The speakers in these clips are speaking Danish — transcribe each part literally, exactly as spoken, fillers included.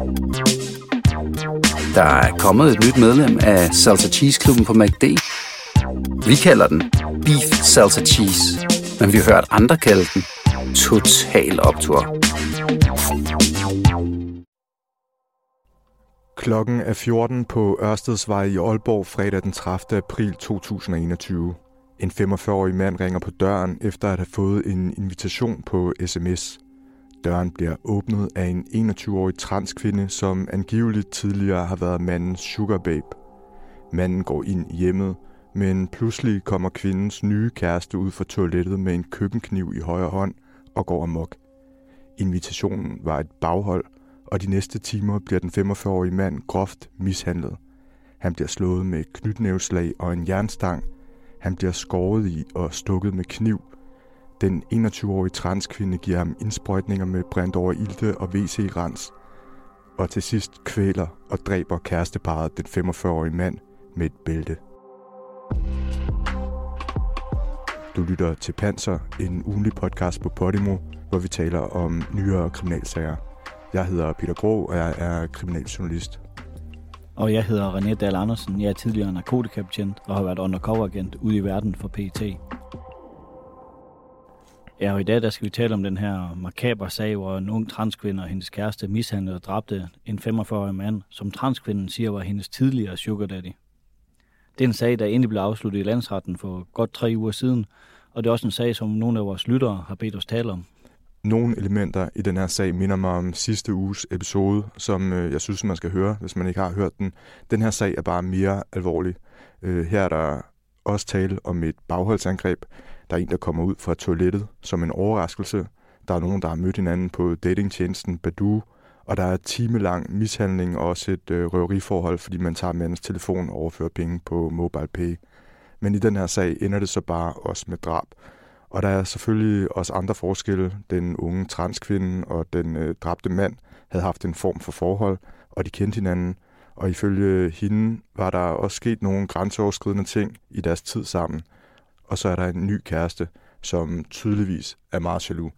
Der er kommet et nyt medlem af Salsa Cheese Klubben på McD. Vi kalder den Beef Salsa Cheese, men vi har hørt andre kalde den Total Optur. Klokken er fjorten på Ørstedsvej i Aalborg fredag den tredivte april to tusind og enogtyve. En femogfyrre-årig mand ringer på døren efter at have fået en invitation på sms. Døren bliver åbnet af en enogtyve-årig transkvinde, som angiveligt tidligere har været mandens sugar babe. Manden går ind i hjemmet, men pludselig kommer kvindens nye kæreste ud fra toilettet med en køkkenkniv i højre hånd og går amok. Invitationen var et baghold, og de næste timer bliver den femogfyrre-årige mand groft mishandlet. Han bliver slået med knytnæveslag og en jernstang. Han bliver skåret i og stukket med kniv. Den enogtyve-årige transkvinde giver ham indsprøjtninger med brændt over ilte og W C-rens. Og til sidst kvæler og dræber kæresteparret den femogfyrre-årige mand med et bælte. Du lytter til Panser, en ugenlig podcast på Podimo, hvor vi taler om nyere kriminalsager. Jeg hedder Peter Grå, og jeg er kriminaljournalist. Og jeg hedder René Dahl Andersen. Jeg er tidligere narkotikabetjent og har været undercover-agent ude i verden for P E T. Ja, og i dag der skal vi tale om den her makabre sag, hvor en ung transkvinde og hendes kæreste mishandlede og dræbte en femogfyrre-årig mand, som transkvinden siger var hendes tidligere sugar daddy. Det er en sag, der endelig blev afsluttet i landsretten for godt tre uger siden, og det er også en sag, som nogle af vores lyttere har bedt os tale om. Nogle elementer i den her sag minder mig om sidste uges episode, som øh, jeg synes, man skal høre, hvis man ikke har hørt den. Den her sag er bare mere alvorlig. Øh, her er der også tale om et bagholdsangreb. Der er en, der kommer ud fra toilettet som en overraskelse. Der er nogen, der har mødt hinanden på datingtjenesten Badoo. Og der er timelang mishandling og også et øh, røveriforhold, fordi man tager mandens telefon og overfører penge på MobilePay. Men i den her sag ender det så bare også med drab. Og der er selvfølgelig også andre forskelle. Den unge transkvinde og den øh, dræbte mand havde haft en form for forhold, og de kendte hinanden. Og ifølge hende var der også sket nogle grænseoverskridende ting i deres tid sammen. Og så er der en ny kæreste, som tydeligvis er meget jaloux.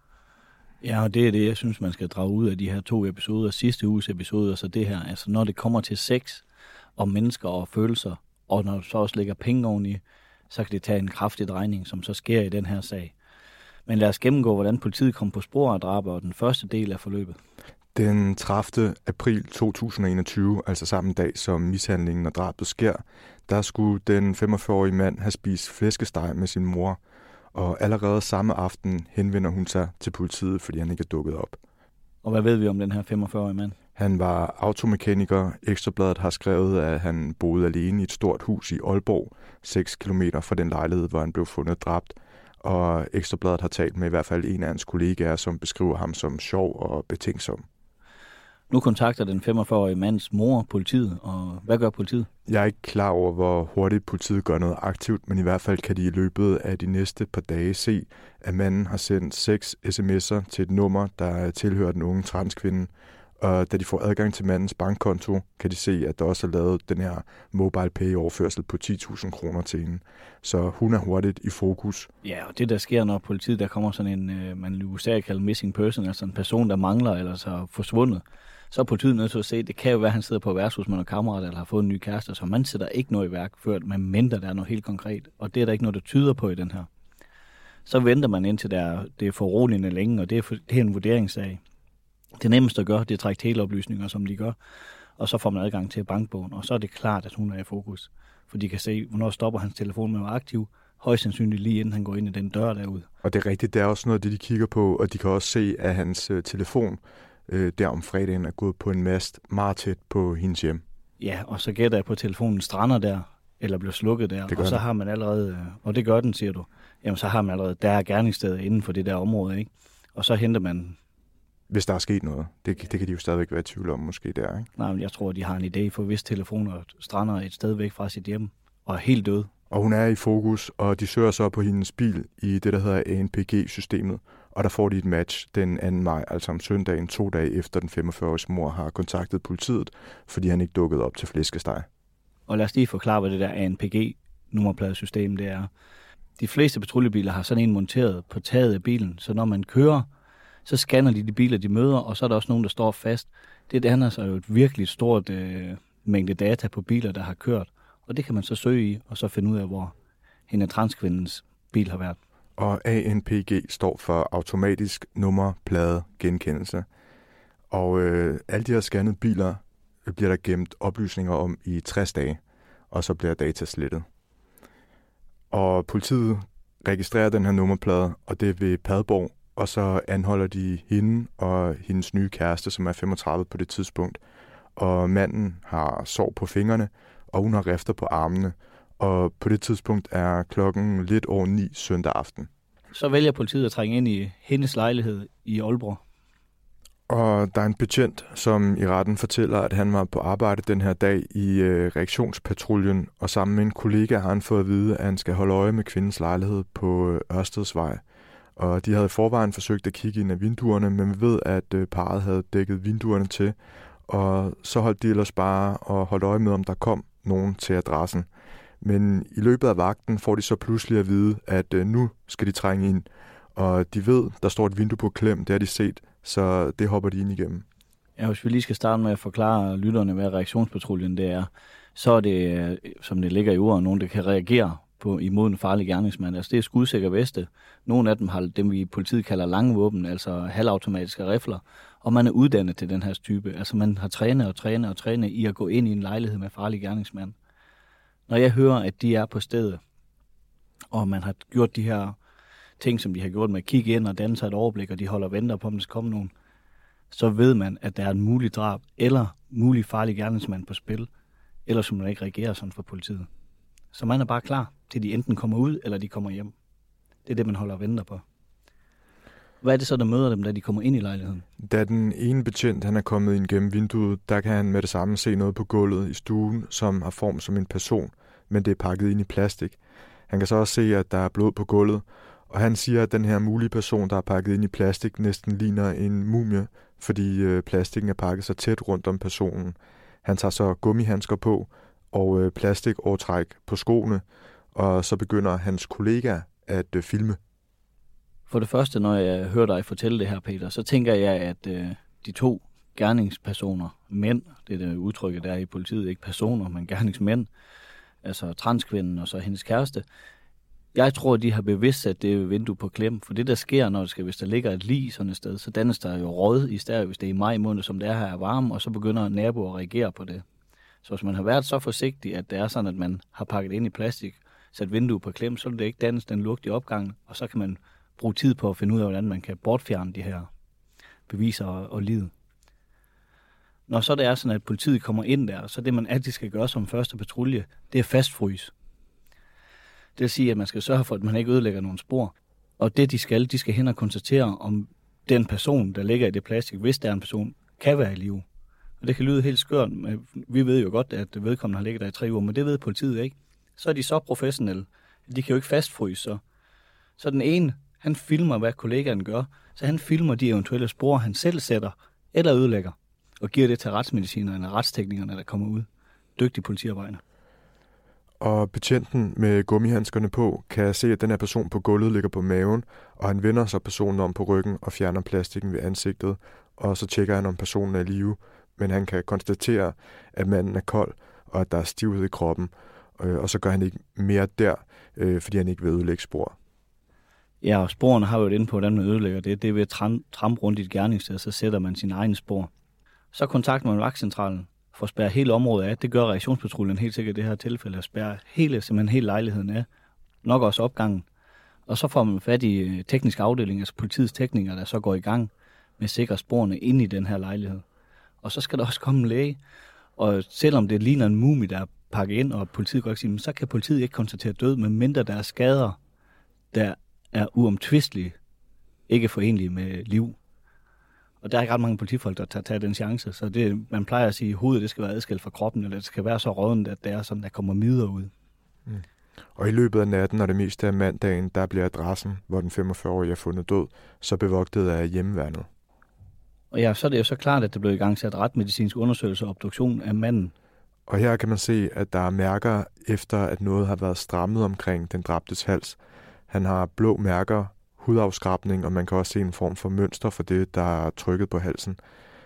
Ja, og det er det, jeg synes, man skal drage ud af de her to episoder, sidste uges episoder, så det her, altså når det kommer til sex og mennesker og følelser, og når du så også lægger penge oveni, så kan det tage en kraftig drejning, som så sker i den her sag. Men lad os gennemgå, hvordan politiet kom på spor af drab og den første del af forløbet. Den tredivte april to tusind og enogtyve, altså samme dag som mishandlingen og drabet sker, der skulle den femogfyrre-årige mand have spist flæskesteg med sin mor, og allerede samme aften henvender hun sig til politiet, fordi han ikke er dukket op. Og hvad ved vi om den her femogfyrre-årige mand? Han var automekaniker. Ekstra Bladet har skrevet, at han boede alene i et stort hus i Aalborg, seks kilometer fra den lejlighed, hvor han blev fundet dræbt. Og Ekstra Bladet har talt med i hvert fald en af hans kollegaer, som beskriver ham som sjov og betænksom. Nu kontakter den femogfyrre-årige mands mor politiet, og hvad gør politiet? Jeg er ikke klar over, hvor hurtigt politiet gør noget aktivt, men i hvert fald kan de i løbet af de næste par dage se, at manden har sendt seks sms'er til et nummer, der tilhører den unge transkvinde. Og da de får adgang til mandens bankkonto, kan de se, at der også er lavet den her MobilePay-overførsel på ti tusind kroner til hende. Så hun er hurtigt i fokus. Ja, og det der sker, når politiet, der kommer sådan en, øh, man i U S A kalder missing person, altså en person, der mangler eller så er forsvundet, så er politiet nødt til at se, det kan jo være, at han sidder på værtshus med nogle kammerater eller har fået en ny kæreste, så man sætter ikke noget i værk, før man mindre der er noget helt konkret. Og det er der ikke noget, der tyder på i den her. Så venter man indtil der, det er foruroligende længe, og det er, for, det er en vurderingssag. Det nemmeste at gøre, det er at trække teleoplysninger, som de gør, og så får man adgang til bankbogen, og så er det klart, at hun er i fokus. For de kan se, hvornår stopper hans telefon med at være aktiv, højst sandsynligt lige inden han går ind i den dør derude. Og det er rigtigt, det er også noget af det, de kigger på, og de kan også se, at hans øh, telefon øh, der om fredagen er gået på en mast meget tæt på hendes hjem. Ja, og så gætter jeg på, at telefonen strander der, eller bliver slukket der, og så den. har man allerede, og det gør den, siger du, jamen så har man allerede, der er gerningsstedet inden for det der område, ikke? Og så henter man... Hvis der er sket noget. Det, det kan de jo stadigvæk være i tvivl om, måske der, ikke? Nej, men jeg tror, de har en idé for, hvis telefoner strander et sted væk fra sit hjem, og er helt død. Og hun er i fokus, og de søger så på hendes bil i det, der hedder A N P G-systemet. Og der får de et match den anden maj, altså om søndagen, to dage efter den femogfyrre-årige mor har kontaktet politiet, fordi han ikke dukkede op til flæskesteg. Og lad os lige forklare, hvad det der A N P G-nummerpladesystem det er. De fleste patruljebiler har sådan en monteret på taget af bilen, så når man kører, så scanner de de biler, de møder, og så er der også nogen, der står fast Det danner sig jo et virkelig stort øh, mængde data på biler, der har kørt. Og det kan man så søge i, og så finde ud af, hvor hende transkvindens bil har været. Og A N P G står for automatisk nummerplade genkendelse. Og øh, alle de her scannede biler bliver der gemt oplysninger om i tres dage, og så bliver data slettet. Og politiet registrerer den her nummerplade, og det er ved Padborg, og så anholder de hende og hendes nye kæreste, som er femogtredive på det tidspunkt. Og manden har sår på fingrene, og hun har rifter på armene. Og på det tidspunkt er klokken lidt over ni søndag aften. Så vælger politiet at trænge ind i hendes lejlighed i Aalborg. Og der er en betjent, som i retten fortæller, at han var på arbejde den her dag i øh, reaktionspatruljen, og sammen med en kollega har han fået at vide, at han skal holde øje med kvindens lejlighed på Ørstedsvej. Og de havde i forvejen forsøgt at kigge ind af vinduerne, men vi ved, at øh, parret havde dækket vinduerne til, og så holdt de ellers bare og holdt øje med, om der kom nogen til adressen. Men i løbet af vagten får de så pludselig at vide, at øh, nu skal de trænge ind, og de ved, der står et vindue på klem, det har de set, så det hopper de ind igennem. Ja, hvis vi lige skal starte med at forklare lytterne, hvad reaktionspatruljen det er, så er det, som det ligger i ordet, nogen, der kan reagere på imod en farlig gerningsmand. Altså det er skudsikre veste. Nogle af dem har dem, vi i politiet kalder lange våben, altså halvautomatiske rifler, og man er uddannet til den her type. Altså man har trænet og trænet og trænet i at gå ind i en lejlighed med farlig gerningsmand. Når jeg hører, at de er på stedet, og man har gjort de her ting, som de har gjort med at kigge ind og danne sig et overblik, og de holder og venter på, om der skal komme nogen, så ved man, at der er en mulig drab eller mulig farlig gerningsmand på spil, ellers må man ikke reagere sådan for politiet. Så man er bare klar til, de enten kommer ud, eller de kommer hjem. Det er det, man holder og venter på. Hvad er det så, der møder dem, da de kommer ind i lejligheden? Da den ene betjent, han er kommet ind gennem vinduet, der kan han med det samme se noget på gulvet i stuen, som har form som en person, men det er pakket ind i plastik. Han kan så også se, at der er blod på gulvet, og han siger, at den her mulige person, der er pakket ind i plastik, næsten ligner en mumie, fordi øh, plastikken er pakket så tæt rundt om personen. Han tager så gummihandsker på og øh, plastikovertræk på skoene, og så begynder hans kollega at øh, filme. For det første, når jeg hører dig fortælle det her, Peter, så tænker jeg, at øh, de to gerningspersoner, mænd, det er det udtrykket, der er i politiet, ikke personer, men gerningsmænd, altså transkvinden og så hendes kæreste, jeg tror, de har bevidst, at det er vindue på klem, for det der sker, når det skal, hvis der ligger et lig sådan et sted, så dannes der jo råd i stedet, hvis det er i maj måned, som det er her, er varme, og så begynder naboer at reagere på det. Så hvis man har været så forsigtig, at det er sådan, at man har pakket ind i plastik, sat vindue på klem, så vil det ikke dannes den lugt i opgangen, og så kan man bruge tid på at finde ud af, hvordan man kan bortfjerne de her beviser og, og lid. Når så det er sådan, at politiet kommer ind der, så det man altid skal gøre som første patrulje, det er fastfryse. Det vil sige, at man skal sørge for, at man ikke ødelægger nogen spor. Og det de skal, de skal hen og konstatere, om den person, der ligger i det plastik, hvis der er en person, kan være i live. Og det kan lyde helt skørt. Vi ved jo godt, at vedkommende har ligget der i tre uger, men det ved politiet ikke. Så er de så professionelle. De kan jo ikke fastfryse så. Så den ene, han filmer, hvad kollegaen gør. Så han filmer de eventuelle spor, han selv sætter eller ødelægger. Og giver det til retsmedicinerne og retsteknikerne, der kommer ud. Dygtige politiarbejder. Og betjenten med gummihandskerne på kan se, at den her person på gulvet ligger på maven, og han vender så personen om på ryggen og fjerner plastikken ved ansigtet, og så tjekker han, om personen er i live. Men han kan konstatere, at manden er kold, og at der er stivhed i kroppen, og så gør han ikke mere der, fordi han ikke vil ødelægge spor. Ja, og sporene har jo et inde på, hvordan man ødelægger det. Det er ved at tram, trampe rundt i et gerningssted, så sætter man sine egne spor. Så kontakter man vagtcentralen for at spærre hele området af. Det gør reaktionspatruljen helt sikkert i det her tilfælde, at spærre hele, simpelthen hele lejligheden af. Nok også opgangen. Og så får man fat i teknisk afdeling, altså politiets teknikere, der så går i gang med at sikre sporene ind i den her lejlighed. Og så skal der også komme en læge. Og selvom det ligner en mumie, der er pakket ind, og politiet går ikke sige, så kan politiet ikke konstatere død, medmindre der er skader, der er uomtvistelige, ikke forenlige med liv. Og der er ikke ret mange politifolk, der tager, tager den chance. Så det, man plejer at sige, at hovedet det skal være adskilt fra kroppen, eller det skal være så rådent, at det er sådan, der kommer midler ud. Mm. Og i løbet af natten, og det meste af mandagen, der bliver adressen, hvor den femogfyrre-årige er fundet død, så bevogtet af hjemmeværnet. Og ja, så er det jo så klart, at der blev i gang sat retmedicinsk undersøgelse og obduktion af manden. Og her kan man se, at der er mærker efter, at noget har været strammet omkring den dræbtes hals. Han har blå mærker, hudafskrabning, og man kan også se en form for mønster for det, der er trykket på halsen.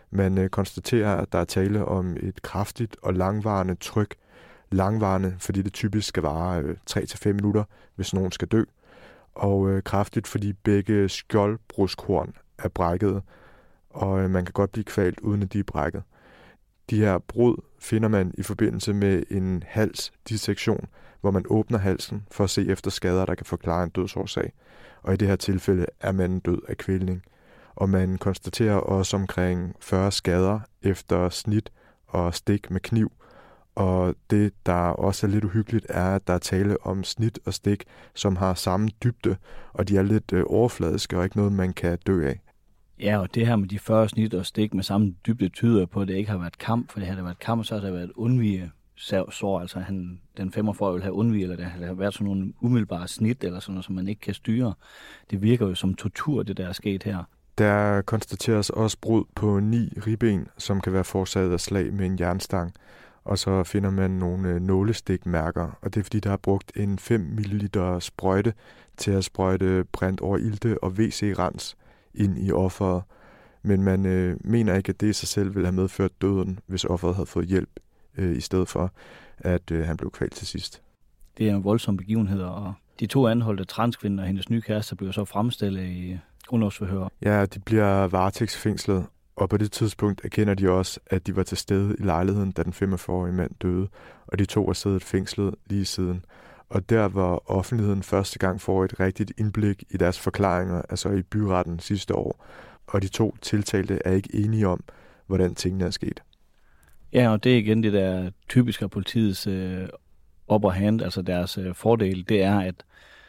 Man øh, konstaterer, at der er tale om et kraftigt og langvarende tryk. Langvarende, fordi det typisk skal vare øh, tre til fem minutter, hvis nogen skal dø. Og øh, kraftigt, fordi begge skjoldbruskhorn er brækket, og øh, man kan godt blive kvalt, uden at de er brækket. De her brud finder man i forbindelse med en halsdissektion, hvor man åbner halsen for at se efter skader, der kan forklare en dødsårsag. Og i det her tilfælde er man død af kvælning. Og man konstaterer også omkring fyrre skader efter snit og stik med kniv. Og det, der også er lidt uhyggeligt, er, at der er tale om snit og stik, som har samme dybde, og de er lidt øh, overfladiske og ikke noget, man kan dø af. Ja, og det her med de fyrre snit og stik med samme dybde tyder på, at det ikke har været kamp, for det har det været kamp, så har det været undvige sår, altså han, den femogfyrre vil have undvige, eller der har været sådan nogle umiddelbare snit, eller sådan noget, som man ikke kan styre. Det virker jo som tortur, det der er sket her. Der konstateres også brud på ni ribben, som kan være forårsaget af slag med en jernstang. Og så finder man nogle nålestikmærker, og det er fordi, der er brugt en fem milliliter sprøjte til at sprøjte brændt over ilte og W C-rens ind i offeret. Men man øh, mener ikke, at det i sig selv ville have medført døden, hvis offeret havde fået hjælp, øh, i stedet for, at øh, han blev kvalt til sidst. Det er en voldsom begivenhed, og de to anholdte transkvinder og hendes nye kæreste bliver så fremstillet i grundlovsforhør. Ja, de bliver varetægtsfængslet, og på det tidspunkt erkender de også, at de var til stede i lejligheden, da den femogfyrre-årige mand døde, og de to har siddet fængslet lige siden. Og der var offentligheden første gang får et rigtigt indblik i deres forklaringer, altså i byretten sidste år. Og de to tiltalte er ikke enige om, hvordan tingene er sket. Ja, og det er igen det der typisk af politiets øh, upper hand, altså deres øh, fordel, det er, at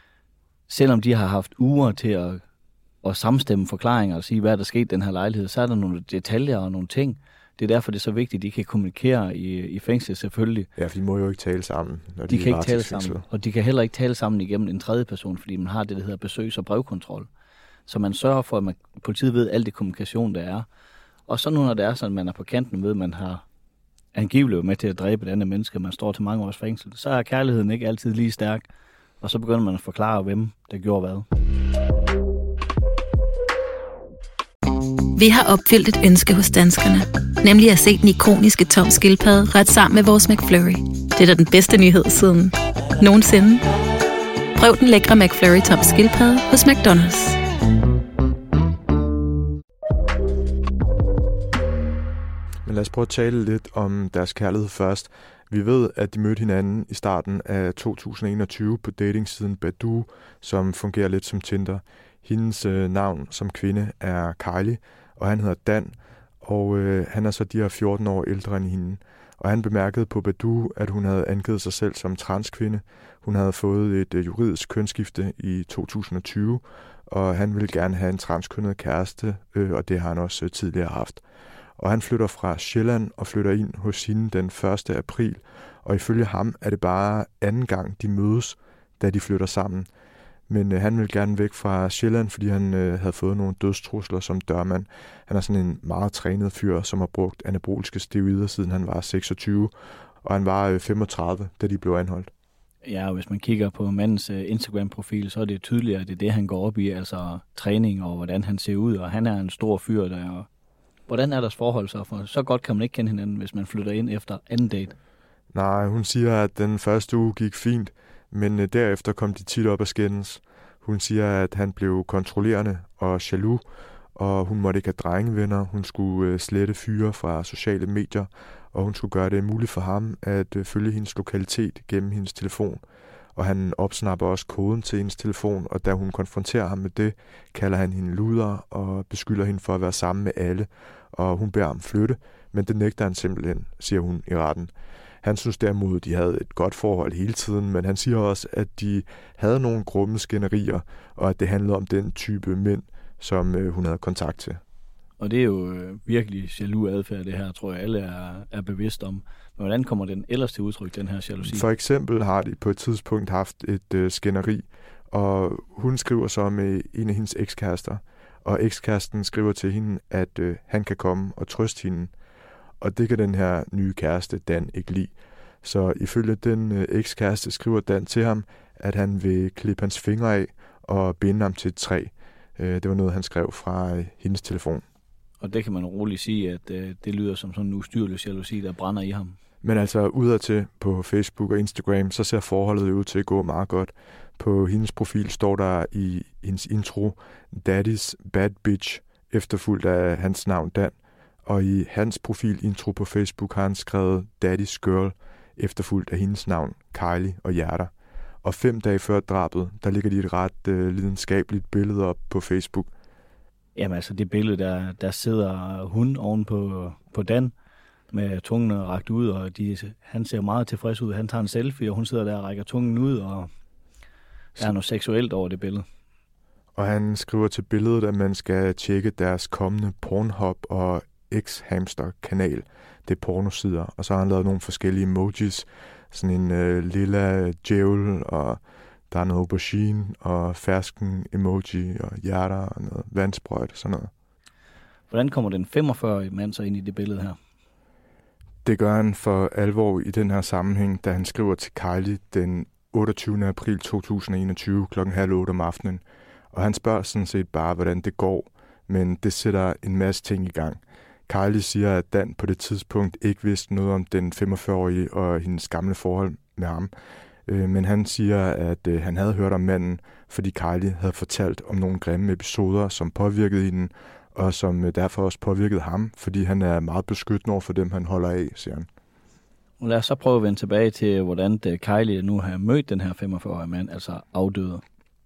selvom de har haft uger til at, at samstemme forklaringer og sige, hvad der skete i den her lejlighed, så er der nogle detaljer og nogle ting. Det er derfor, det er så vigtigt, at de kan kommunikere i, i fængslet selvfølgelig. Ja, for de må jo ikke tale sammen, når de, de er kan ikke tale sammen, og de kan heller ikke tale sammen igennem en tredje person, fordi man har det, der hedder besøgs- og brevkontrol. Så man sørger for, at man, politiet ved alt det kommunikation, der er. Og så nu, når det er sådan, at man er på kanten ved, at man har angiveligt med til at dræbe et andet menneske, man står til mange års fængsel, så er kærligheden ikke altid lige stærk. Og så begynder man at forklare, hvem der gjorde hvad. Vi har opfyldt et ønske hos danskerne, nemlig at se den ikoniske Tom Skildpadde ret sammen med vores McFlurry. Det er da den bedste nyhed siden nogensinde. Prøv den lækre McFlurry Tom Skildpadde hos McDonald's. Men lad os prøve at tale lidt om deres kærlighed først. Vi ved, at de mødte hinanden i starten af to tusind og enogtyve på datingsiden Badoo, som fungerer lidt som Tinder. Hendes øh, navn som kvinde er Kylie, og han hedder Dan, og øh, han er så de her fjorten år ældre end hende. Og han bemærkede på Badoo, at hun havde angivet sig selv som transkvinde. Hun havde fået et øh, juridisk kønsskifte i to tusind og tyve, og han ville gerne have en transkønnet kæreste, øh, og det har han også øh, tidligere haft. Og han flytter fra Sjælland og flytter ind hos hende den første april, og ifølge ham er det bare anden gang, de mødes, da de flytter sammen. Men øh, han vil gerne væk fra Sjælland, fordi han øh, havde fået nogle dødstrusler som dørmand. Han er sådan en meget trænet fyr, som har brugt anaboliske steroider, siden han var seksogtyve, og han var øh, femogtredive, da de blev anholdt. Ja, og hvis man kigger på mandens øh, Instagram-profil, så er det tydeligt, at det er det, han går op i, altså træning og hvordan han ser ud, og han er en stor fyr, der. Hvordan er deres forhold så? For så godt kan man ikke kende hinanden, hvis man flytter ind efter anden date. Nej, hun siger, at den første uge gik fint, men øh, derefter kom de tit op at skændes. Hun siger, at han blev kontrollerende og jaloux, og hun måtte ikke have drengevenner. Hun skulle øh, slette fyre fra sociale medier, og hun skulle gøre det muligt for ham at øh, følge hendes lokalitet gennem hendes telefon. Og han opsnapper også koden til hendes telefon, og da hun konfronterer ham med det, kalder han hende luder og beskylder hende for at være sammen med alle. Og hun beder ham flytte, men det nægter han simpelthen, siger hun i retten. Han synes derimod, at de havde et godt forhold hele tiden, men han siger også, at de havde nogle grumme skænderier, og at det handlede om den type mænd, som øh, hun havde kontakt til. Og det er jo øh, virkelig jaloux adfærd, det her, tror jeg, alle er, er bevidst om. Men hvordan kommer den ellers til udtryk, den her jalousi? For eksempel har de på et tidspunkt haft et øh, skænderi, og hun skriver så med en af hendes ekskærester, og ekskæresten skriver til hende, at øh, han kan komme og trøste hende. Og det kan den her nye kæreste, Dan, ikke lide. Så ifølge den øh, ekskæreste skriver Dan til ham, at han vil klippe hans fingre af og binde ham til et træ. Øh, det var noget, han skrev fra øh, hendes telefon. Og det kan man roligt sige, at øh, det lyder som sådan en ustyrlig jalousi, der brænder i ham. Men altså udadtil på Facebook og Instagram, så ser forholdet ud til at gå meget godt. På hendes profil står der i hendes intro, Daddy's Bad Bitch, efterfulgt af hans navn Dan. Og i hans profil intro på Facebook har han skrevet Daddy's Girl, efterfulgt af hendes navn, Kylie og hjerter. Og fem dage før drabet, der ligger de et ret øh, lidenskabeligt billede op på Facebook. Jamen altså det billede, der, der sidder hun oven på, på Dan, med tungen rakt ud, og de, han ser meget tilfreds ud. Han tager en selfie, og hun sidder der og rækker tungen ud, og der er noget seksuelt over det billede. Og han skriver til billedet, at man skal tjekke deres kommende Pornhub og X-Hamster-kanal. Det er pornosider, og så har han lavet nogle forskellige emojis. Sådan en øh, lilla djævel, og der er noget aubergine, og fersken emoji, og hjerter, og noget vandsprøjt, sådan noget. Hvordan kommer den femogfyrre-årige mand så ind i det billede her? Det gør han for alvor i den her sammenhæng, da han skriver til Kylie den otteogtyvende april to tusind og enogtyve klokken halv otte om aftenen. Og han spørger sådan set bare, hvordan det går, men det sætter en masse ting i gang. Kylie siger, at Dan på det tidspunkt ikke vidste noget om den femogfyrre-årige og hendes gamle forhold med ham. Men han siger, at han havde hørt om manden, fordi Kylie havde fortalt om nogle grimme episoder, som påvirkede hende, og som derfor også påvirkede ham, fordi han er meget beskyttende over for dem, han holder af, siger han. Lad os så prøve at vende tilbage til, hvordan Kylie nu har mødt den her femogfyrre-årige mand, altså afdøde.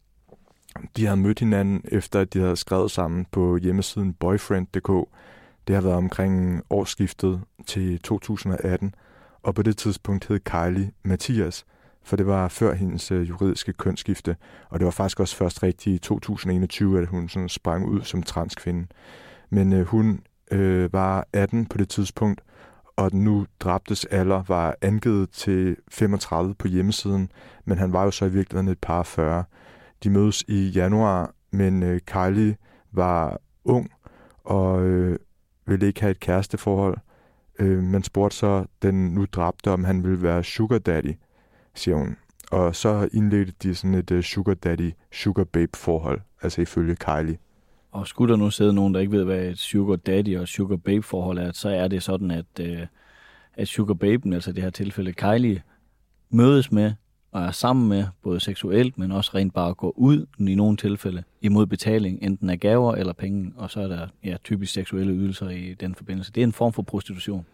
De har mødt hinanden, efter at de havde skrevet sammen på hjemmesiden boyfriend punktum d k. Det har været omkring årsskiftet til to tusind og atten, og på det tidspunkt hed Kylie Mathias, for det var før hendes øh, juridiske kønsskifte, og det var faktisk også først rigtigt i to tusind og enogtyve, at hun sådan sprang ud som transkvinde. Men øh, hun øh, var atten på det tidspunkt, og den nu dræbtes alder var angivet til femogtredive på hjemmesiden, men han var jo så i virkeligheden et par fyrre. De mødes i januar, men øh, Kylie var ung og øh, ville ikke have et kæresteforhold. Øh, man spurgte så den nu dræbte, om han ville være sugar daddy, siger hun. Og så indledte de sådan et uh, sugar daddy, sugar babe forhold, altså ifølge Kylie. Og skulle der nu sidde nogen, der ikke ved, hvad et sugar daddy og sugar babe forhold er, så er det sådan, at, uh, at sugar baben, altså det her tilfælde Kylie, mødes med og er sammen med, både seksuelt, men også rent bare gå ud i nogle tilfælde imod betaling, enten af gaver eller penge, og så er der ja, typisk seksuelle ydelser i den forbindelse. Det er en form for prostitution.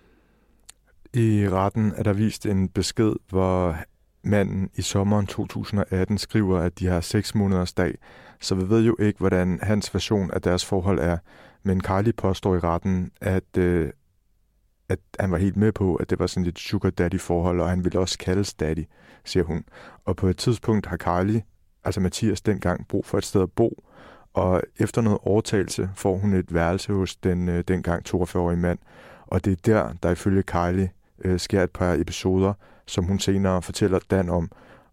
I retten er der vist en besked, hvor manden i sommeren to tusind og atten skriver, at de har seks måneders dag, så vi ved jo ikke, hvordan hans version af deres forhold er. Men Kylie påstår i retten, at, øh, at han var helt med på, at det var sådan et sugar daddy forhold, og han ville også kaldes daddy, siger hun. Og på et tidspunkt har Kylie, altså Mathias, dengang brug for et sted at bo, og efter noget overtagelse får hun et værelse hos den øh, dengang toogfyrre-årige mand, og det er der, der ifølge Kylie øh, sker et par episoder, som hun senere fortæller Dan om,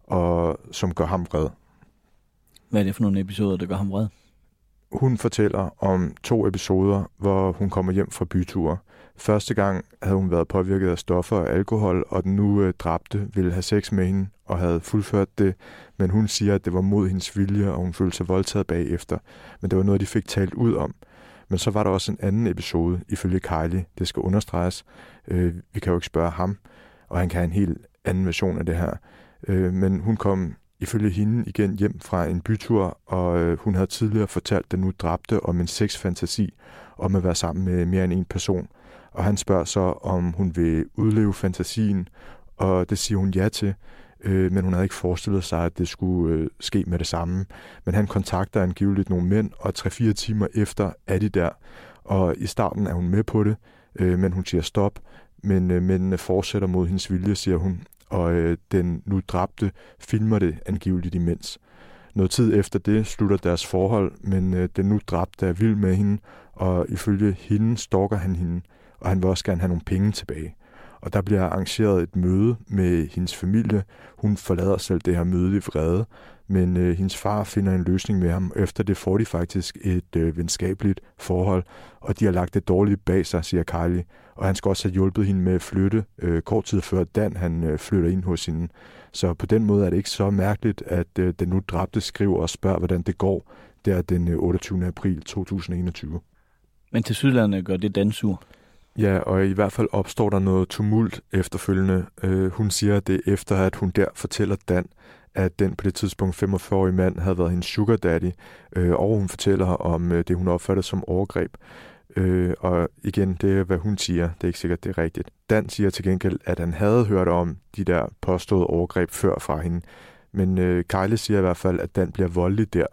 og som gør ham vred. Hvad er det for nogle episoder, der gør ham vred? Hun fortæller om to episoder, hvor hun kommer hjem fra byture. Første gang havde hun været påvirket af stoffer og alkohol, og den nu øh, dræbte ville have sex med hende og havde fuldført det, men hun siger, at det var mod hendes vilje, og hun følte sig voldtaget bagefter. Men det var noget, de fik talt ud om. Men så var der også en anden episode, ifølge Kylie. Det skal understreges. Øh, vi kan jo ikke spørge ham, og han kan have en helt anden version af det her. Øh, men hun kom ifølge hende igen hjem fra en bytur, og øh, hun havde tidligere fortalt den nu dræbte om en sexfantasi om at være sammen med mere end en person. Og han spørger så, om hun vil udleve fantasien, og det siger hun ja til. Øh, men hun havde ikke forestillet sig, at det skulle øh, ske med det samme. Men han kontakter angiveligt nogle mænd, og tre-fire timer efter er de der. Og i starten er hun med på det, øh, men hun siger stop. Men øh, mændene fortsætter mod hendes vilje, siger hun. Og øh, den nu dræbte filmer det angiveligt imens. Noget tid efter det slutter deres forhold, men øh, den nu dræbte er vild med hende, og ifølge hende stalker han hende, og han vil også gerne have nogle penge tilbage. Og der bliver arrangeret et møde med hendes familie. Hun forlader selv det her møde i vrede, men øh, hendes far finder en løsning med ham. Efter det får de faktisk et øh, venskabeligt forhold, og de har lagt det dårligt bag sig, siger Kylie. Og han skal også have hjulpet hende med at flytte øh, kort tid før Dan han øh, flytter ind hos hende. Så på den måde er det ikke så mærkeligt, at øh, den nu dræbte skriver og spørger, hvordan det går, der den øh, otteogtyvende april to tusind og enogtyve. Men til Sydlandet gør det Dan sur. Ja, og i hvert fald opstår der noget tumult efterfølgende. Øh, hun siger, at det er efter, at hun der fortæller Dan, at den på det tidspunkt femogfyrre-årige mand havde været hendes sugar daddy, øh, og hun fortæller om øh, det, hun opfatter som overgreb. Øh, og igen, det er, hvad hun siger. Det er ikke sikkert, det er rigtigt. Dan siger til gengæld, at han havde hørt om de der påståede overgreb før fra hende. Men øh, Kylie siger i hvert fald, at Dan bliver voldelig der.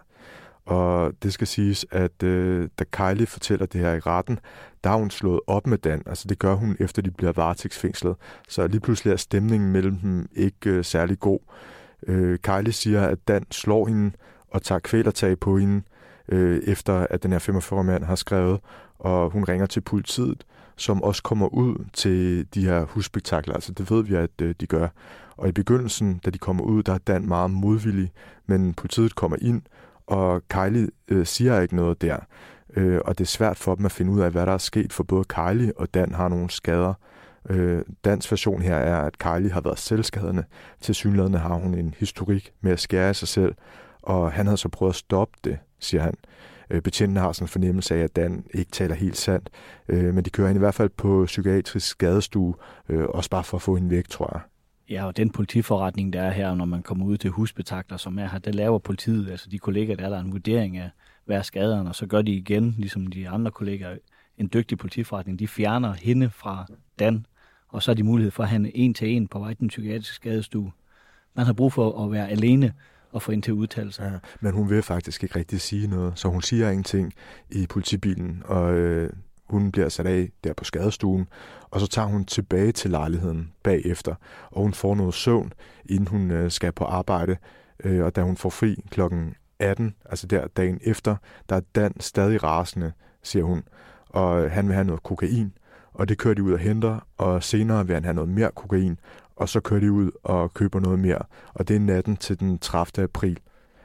Og det skal siges, at øh, da Kylie fortæller det her i retten, der har hun slået op med Dan. Altså det gør hun, efter de bliver varetægtsfængslet. Så lige pludselig er stemningen mellem dem ikke øh, særlig god. Øh, Kylie siger, at Dan slår hende og tager kvælertag på hende, øh, efter at den her femogfyrre-årige mand har skrevet. Og hun ringer til politiet, som også kommer ud til de her husspektakler. Altså det ved vi, at øh, de gør. Og i begyndelsen, da de kommer ud, der er Dan meget modvillig, men politiet kommer ind, og Kylie øh, siger ikke noget der. Øh, og det er svært for dem at finde ud af, hvad der er sket, for både Kylie og Dan har nogle skader. Øh, Dans version her er, at Kylie har været selvskadende. Tilsyneladende har hun en historik med at skære sig selv, og han havde så prøvet at stoppe det, siger han. Øh, betjentene har sådan en fornemmelse af, at Dan ikke taler helt sandt, øh, men de kører hende i hvert fald på psykiatrisk skadestue, øh, også bare for at få hende væk, tror jeg. Ja, og den politiforretning, der er her, når man kommer ud til husspektakler, som er her, der laver politiet, altså de kollegaer, der er der en vurdering af, hvad er skaderne, og så gør de igen, ligesom de andre kollegaer, en dygtig politiforretning. De fjerner hende fra Dan, og så har de mulighed for at have en til en på vej til den psykiatriske skadestue. Man har brug for at være alene og få hende til at udtale sig. Ja, men hun vil faktisk ikke rigtig sige noget, så hun siger ingenting i politibilen, og øh, hun bliver sat af der på skadestuen, og så tager hun tilbage til lejligheden bagefter, og hun får noget søvn, inden hun øh, skal på arbejde, øh, og da hun får fri klokken atten, altså der dagen efter, der er Dan stadig rasende, siger hun, og han vil have noget kokain, og det kører de ud og henter, og senere vil han have noget mere kokain, og så kører de ud og køber noget mere, og det er natten til den tredivte april.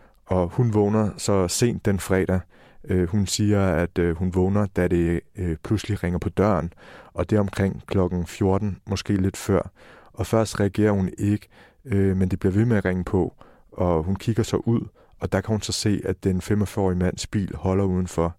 Og hun vågner så sent den fredag. Øh, hun siger, at øh, hun vågner, da det øh, pludselig ringer på døren, og det er omkring klokken fjorten, måske lidt før. Og først reagerer hun ikke, øh, men det bliver ved med at ringe på, og hun kigger så ud, og der kan hun så se, at den femogfyrre-årige mands bil holder udenfor.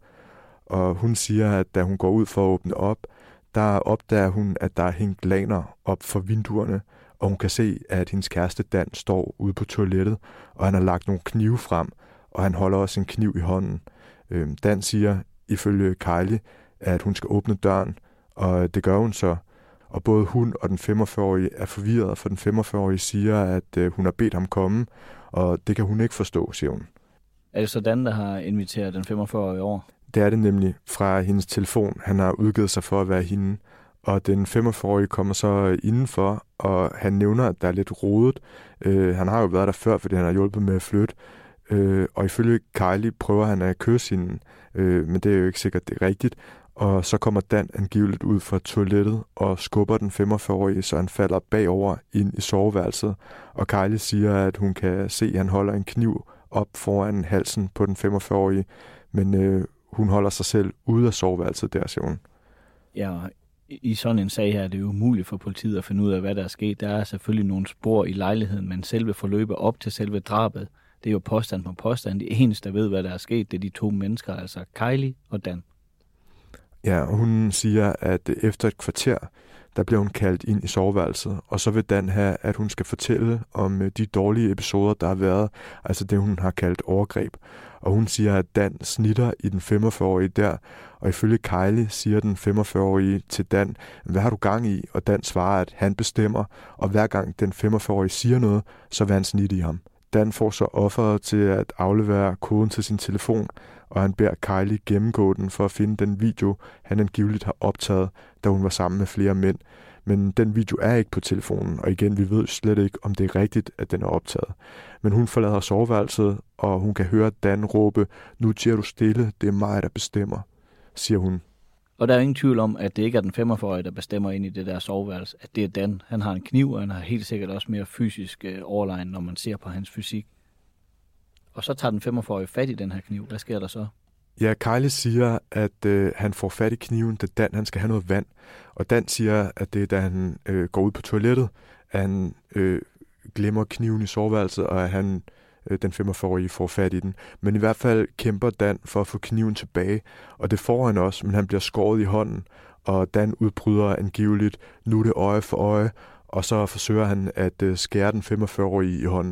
Og hun siger, at da hun går ud for at åbne op, der opdager hun, at der er hængt laner op for vinduerne, og hun kan se, at hendes kæreste Dan står ude på toilettet, og han har lagt nogle knive frem, og han holder også en kniv i hånden. Dan siger, ifølge Kylie, at hun skal åbne døren, og det gør hun så. Og både hun og den femogfyrre-årige er forvirret, for den femogfyrre-årige siger, at hun har bedt ham komme, og det kan hun ikke forstå, siger hun. Er det så Dan, der har inviteret den femogfyrre-årige over? Det er det nemlig fra hendes telefon. Han har udgivet sig for at være hende. Og den femogfyrre-årige kommer så indenfor, og han nævner, at der er lidt rodet. Øh, han har jo været der før, fordi han har hjulpet med at flytte. Øh, og ifølge Kylie prøver han at kysse hende, øh, men det er jo ikke sikkert, det er rigtigt. Og så kommer Dan angiveligt ud fra toilettet og skubber den femogfyrre-årige, så han falder bagover ind i soveværelset. Og Kylie siger, at hun kan se, at han holder en kniv op foran halsen på den femogfyrre-årige, men øh, hun holder sig selv ude af soveværelset der, siger hun. Ja, i sådan en sag her er det jo umuligt for politiet at finde ud af, hvad der er sket. Der er selvfølgelig nogle spor i lejligheden, men selve forløbet op til selve drabet, det er jo påstand på påstand. Det eneste, der ved, hvad der er sket, det er de to mennesker, altså Kylie og Dan. Ja, og hun siger, at efter et kvarter, der bliver hun kaldt ind i soveværelset, og så vil Dan have, at hun skal fortælle om de dårlige episoder, der har været, altså det, hun har kaldt overgreb. Og hun siger, at Dan snitter i den femogfyrre-årige der, og ifølge Kylie siger den femogfyrre-årige til Dan, hvad har du gang i? Og Dan svarer, at han bestemmer, og hver gang den femogfyrre-årige siger noget, så vil han snitte i ham. Dan får så offeret til at aflevere koden til sin telefon, og han beder Kylie gennemgå den for at finde den video, han angiveligt har optaget, da hun var sammen med flere mænd. Men den video er ikke på telefonen, og igen, vi ved slet ikke, om det er rigtigt, at den er optaget. Men hun forlader soveværelset, og hun kan høre Dan råbe, nu tiger du stille, det er mig, der bestemmer, siger hun. Og der er ingen tvivl om, at det ikke er den femogfyrre-årige, der bestemmer ind i det der soveværelse, at det er Dan. Han har en kniv, og han har helt sikkert også mere fysisk overlegen, når man ser på hans fysik. Og så tager den femogfyrre-årige fat i den her kniv. Hvad sker der så? Ja, Kylie siger, at øh, han får fat i kniven, da Dan han skal have noget vand. Og Dan siger, at det er, da han øh, går ud på toilettet, at han øh, glemmer kniven i soveværelset, og at han øh, den femogfyrre-årige får fat i den. Men i hvert fald kæmper Dan for at få kniven tilbage, og det får han også, men han bliver skåret i hånden, og Dan udbryder angiveligt, nu er det øje for øje, og så forsøger han at øh, skære den femogfyrre-årige i hånden.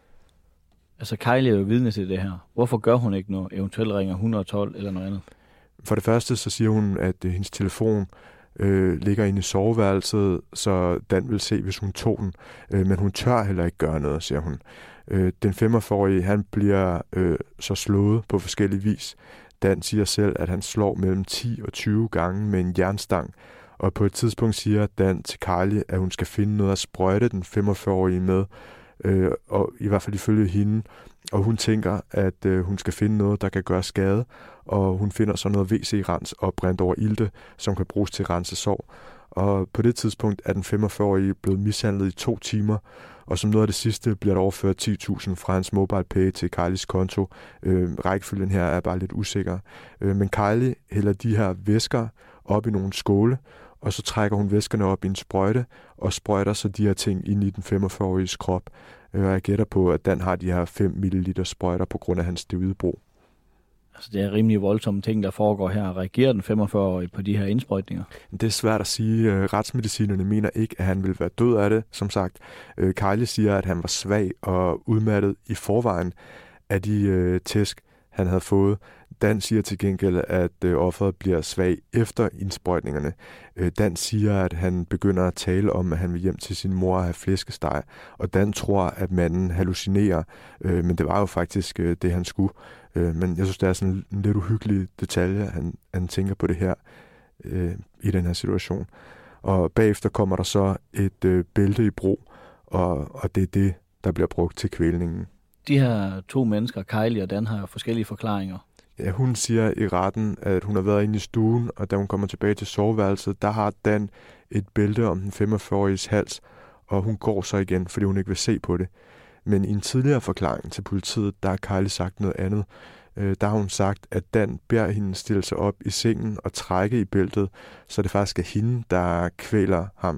Altså Kylie er jo vidne til det her. Hvorfor gør hun ikke noget? Eventuelt ringer et et to eller noget andet? For det første så siger hun, at øh, hendes telefon øh, ligger inde i soveværelset, så Dan vil se, hvis hun tog den. Øh, men hun tør heller ikke gøre noget, siger hun. Øh, den femogfyrre-årige, han bliver øh, så slået på forskellige vis. Dan siger selv, at han slår mellem ti og tyve gange med en jernstang. Og på et tidspunkt siger Dan til Kylie, at hun skal finde noget at sprøjte den femogfyrre-årige med. Øh, og i hvert fald ifølge hende. Og hun tænker, at øh, hun skal finde noget, der kan gøre skade. Og hun finder så noget W C-rens og brændt over ilte, som kan bruges til at rense sår. Og på det tidspunkt er den femogfyrre-årige blevet mishandlet i to timer. Og som noget af det sidste bliver der overført ti tusind fra hans MobilePay til Kylies konto. Øh, rækkefølgen her er bare lidt usikker. Øh, men Kylie hælder de her væsker op i nogle skåle, og så trækker hun væskerne op i en sprøjte, og sprøjter så de her ting ind i den femogfyrre-åriges krop. Og jeg gætter på, at Dan har de her fem milliliter sprøjter på grund af hans steroidebrug. Altså det er rimelig voldsomme ting, der foregår her. Reagerer den femogfyrre-årige på de her indsprøjtninger? Det er svært at sige. Retsmedicinerne mener ikke, at han vil være død af det, som sagt. Kylie siger, at han var svag og udmattet i forvejen af de øh, tæsk, han havde fået. Dan siger til gengæld, at øh, offeret bliver svag efter indsprøjtningerne. Øh, Dan siger, at han begynder at tale om, at han vil hjem til sin mor og have flæskesteg. Og Dan tror, at manden hallucinerer, øh, men det var jo faktisk øh, det, han skulle. Øh, men jeg synes, det er sådan en lidt uhyggelig detalje, han, han tænker på det her øh, i den her situation. Og bagefter kommer der så et øh, bælte i brug, og, og det er det, der bliver brugt til kvælningen. De her to mennesker, Kylie og Dan, har jo forskellige forklaringer. Ja, hun siger i retten, at hun har været inde i stuen, og da hun kommer tilbage til soveværelset, der har Dan et bælte om den femogfyrre-åriges hals, og hun går så igen, fordi hun ikke vil se på det. Men i en tidligere forklaring til politiet, der har Kylie sagt noget andet. Øh, der har hun sagt, at Dan beder hende stille sig op i sengen og trække i bæltet, så det faktisk er hende, der kvæler ham.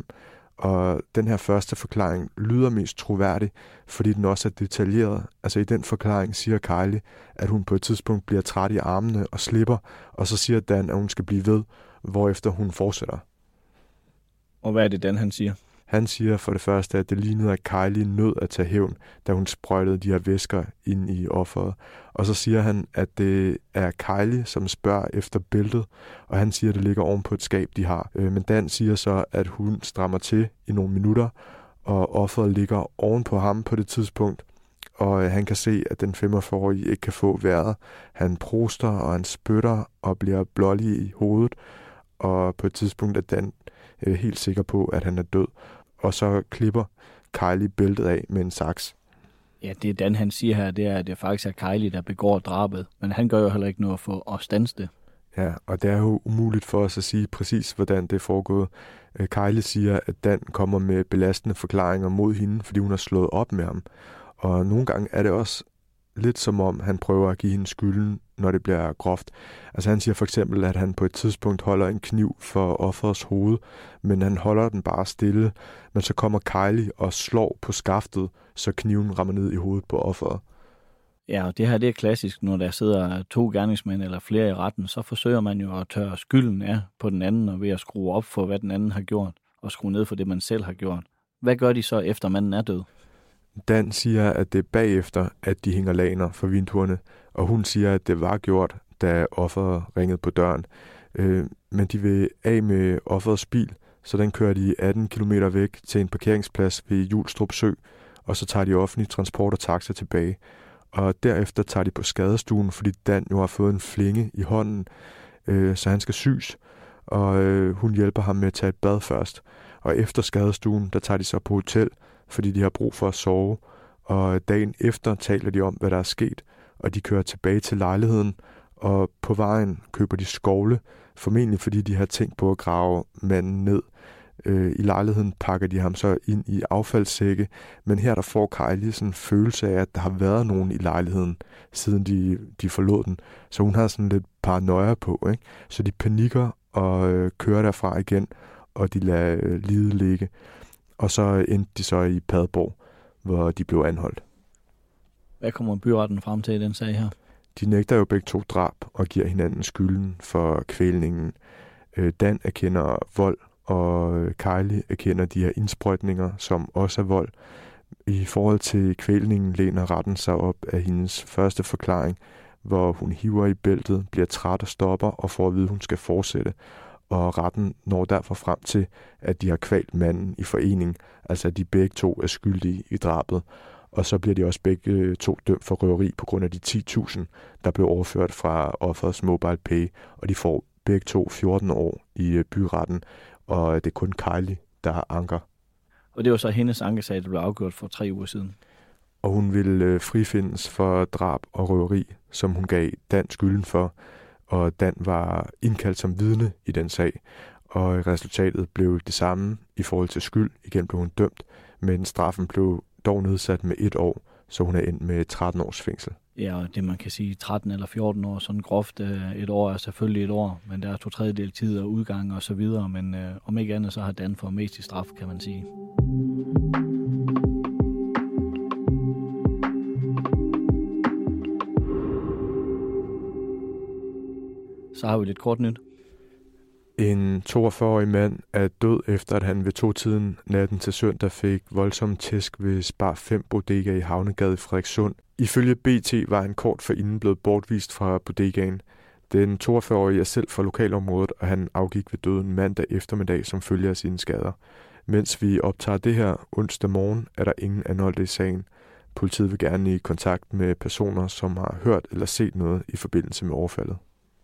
Og den her første forklaring lyder mest troværdig, fordi den også er detaljeret. Altså i den forklaring siger Kylie, at hun på et tidspunkt bliver træt i armene og slipper, og så siger Dan, at hun skal blive ved, hvorefter hun fortsætter. Og hvad er det, Dan han siger? Han siger for det første, at det lignede, at Kylie nød at tage hævn, da hun sprøjtede de her væsker ind i offeret. Og så siger han, at det er Kylie, som spørger efter bæltet, og han siger, at det ligger oven på et skab, de har. Men Dan siger så, at hun strammer til i nogle minutter, og offeret ligger oven på ham på det tidspunkt, og han kan se, at den femogfyrre-årige ikke kan få vejret. Han proster, og han spytter og bliver blålig i hovedet, og på et tidspunkt er Dan helt sikker på, at han er død. Og så klipper Kylie bæltet af med en saks. Ja, det Dan han siger her, det er, at det faktisk er Kylie, der begår drabet. Men han gør jo heller ikke noget for at standse det. Ja, og det er jo umuligt for os at sige præcis, hvordan det er foregået. Kylie siger, at Dan kommer med belastende forklaringer mod hende, fordi hun har slået op med ham. Og nogle gange er det også lidt som om, han prøver at give hende skylden, når det bliver groft. Altså han siger for eksempel, at han på et tidspunkt holder en kniv for offerets hoved, men han holder den bare stille, men så kommer Kylie og slår på skaftet, så kniven rammer ned i hovedet på offeret. Ja, og det her det er klassisk, når der sidder to gerningsmænd eller flere i retten, så forsøger man jo at tørre skylden af på den anden, og ved at skrue op for, hvad den anden har gjort, og skrue ned for det, man selv har gjort. Hvad gør de så, efter manden er død? Dan siger, at det er bagefter, at de hænger laner for vinduerne, og hun siger, at det var gjort, da offeret ringede på døren. Øh, men de vil af med offerets bil, så den kører de atten kilometer væk til en parkeringsplads ved Julstrup Sø, og så tager de offentlig transport og taxa tilbage. Og derefter tager de på skadestuen, fordi Dan jo har fået en flænge i hånden, øh, så han skal sys, og øh, hun hjælper ham med at tage et bad først. Og efter skadestuen, der tager de så på hotel, fordi de har brug for at sove, og dagen efter taler de om, hvad der er sket, og de kører tilbage til lejligheden, og på vejen køber de skovle, formentlig fordi de har tænkt på at grave manden ned. Øh, I lejligheden pakker de ham så ind i affaldssække, men her der får Kylie sådan en følelse af, at der har været nogen i lejligheden, siden de, de forlod den. Så hun har sådan lidt paranoia på, ikke? Så de panikker og øh, kører derfra igen, og de lader øh, livet ligge. Og så endte de så i Padborg, hvor de blev anholdt. Hvad kommer byretten frem til i den sag her? De nægter jo begge to drab og giver hinanden skylden for kvælningen. Dan erkender vold, og Kylie erkender de her indsprøjtninger, som også er vold. I forhold til kvælningen læner retten sig op af hendes første forklaring, hvor hun hiver i bæltet, bliver træt og stopper og får at vide, at hun skal fortsætte. Og retten når derfor frem til, at de har kvalt manden i forening, altså at de begge to er skyldige i drabet. Og så bliver de også begge to dømt for røveri på grund af de ti tusind, der blev overført fra offerets mobile pay, og de får begge to fjorten år i byretten, og det er kun Kylie, der har anker. Og det var så hendes ankesag, der blev afgjort for tre uger siden. Og hun ville frifindes for drab og røveri, som hun gav Dan skylden for, og Dan var indkaldt som vidne i den sag, og resultatet blev det samme i forhold til skyld. Igen blev hun dømt, men straffen blev dog nedsat med et år, så hun er endt med tretten års fængsel. Ja, og det man kan sige tretten eller fjorten år, sådan groft et år er selvfølgelig et år, men der er to tredjedel tid og udgang og så videre, men øh, om ikke andet så har Dan fået mest i straf, kan man sige. Så har vi lidt kort nyt. En toogfyrre-årig mand er død efter, at han ved to-tiden natten til søndag fik voldsom tæsk ved Spar fem Bodega i Havnegade i Frederikssund. Ifølge B T var han kort forinden blevet bortvist fra bodegaen. Den toogfyrre-årige er selv fra lokalområdet, og han afgik ved døden mandag eftermiddag som følge af sine skader. Mens vi optager det her onsdag morgen, er der ingen anholdte i sagen. Politiet vil gerne i kontakt med personer, som har hørt eller set noget i forbindelse med overfaldet.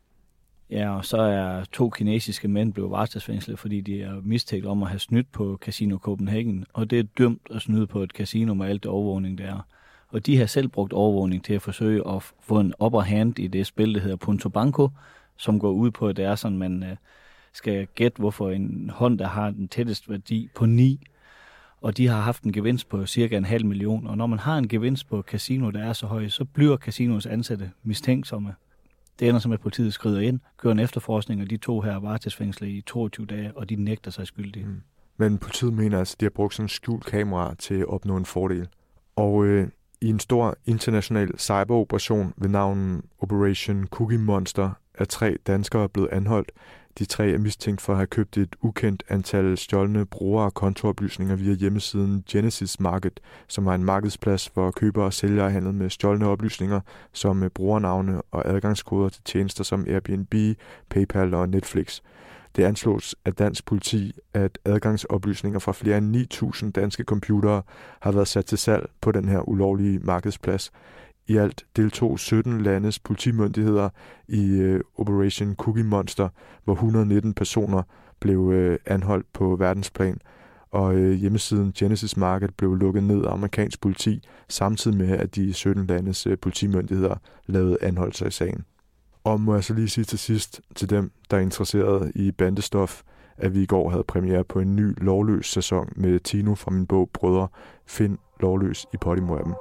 Ja, og så er to kinesiske mænd blevet varetægtsfængslet, fordi de er mistænkt om at have snydt på Casino Copenhagen, og det er dømt at snyde på et casino med alt det overvågning, der er. Og de har selv brugt overvågning til at forsøge at få en upper hand i det spil, der hedder Punto Banco, som går ud på, at det er sådan, man skal gætte, hvorfor en hånd, der har den tætteste værdi på ni, og de har haft en gevinst på cirka en halv million. Og når man har en gevinst på casino, der er så høj, så bliver casinoens ansatte mistænksomme. Det ender som, at politiet skrider ind, gør en efterforskning, og de to her er varetægtsfængslet i toogtyve dage, og de nægter sig skyldige. Mm. Men politiet mener altså, at de har brugt sådan en skjult kamera til at opnå en fordel. Og øh, i en stor international cyberoperation ved navn Operation Cookie Monster er tre danskere blevet anholdt. De tre er mistænkt for at have købt et ukendt antal stjålne bruger- og kontooplysninger via hjemmesiden Genesis Market, som er en markedsplads, hvor købere og sælgere handler med stjålne oplysninger som brugernavne og adgangskoder til tjenester som Airbnb, PayPal og Netflix. Det anslås af dansk politi, at adgangsoplysninger fra flere end ni tusind danske computere har været sat til salg på den her ulovlige markedsplads. I alt deltog sytten landes politimyndigheder i uh, Operation Cookie Monster, hvor et hundrede og nitten personer blev uh, anholdt på verdensplan. Og uh, hjemmesiden Genesis Market blev lukket ned af amerikansk politi, samtidig med, at de sytten landes uh, politimyndigheder lavede anholdelser i sagen. Og må jeg så lige sige til sidst til dem, der er interesseret i bandestof, at vi i går havde premiere på en ny lovløs sæson med Tino fra min bog Brødre. Find Lovløs i Podimo-appen.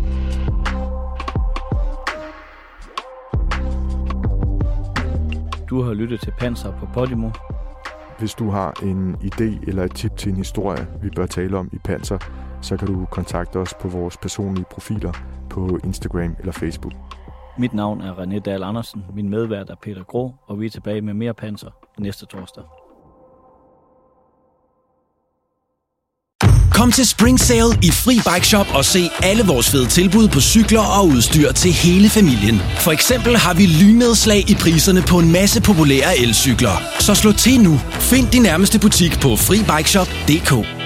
Du har lyttet til Panser på Podimo. Hvis du har en idé eller et tip til en historie, vi bør tale om i Panser, så kan du kontakte os på vores personlige profiler på Instagram eller Facebook. Mit navn er René Dahl Andersen, min medvært er Peter Grå, og vi er tilbage med mere Panser næste torsdag. Kom til Spring Sale i Fri Bike Shop og se alle vores fede tilbud på cykler og udstyr til hele familien. For eksempel har vi lynnedslag i priserne på en masse populære elcykler. Så slå til nu. Find din nærmeste butik på fri bike shop punktum d k.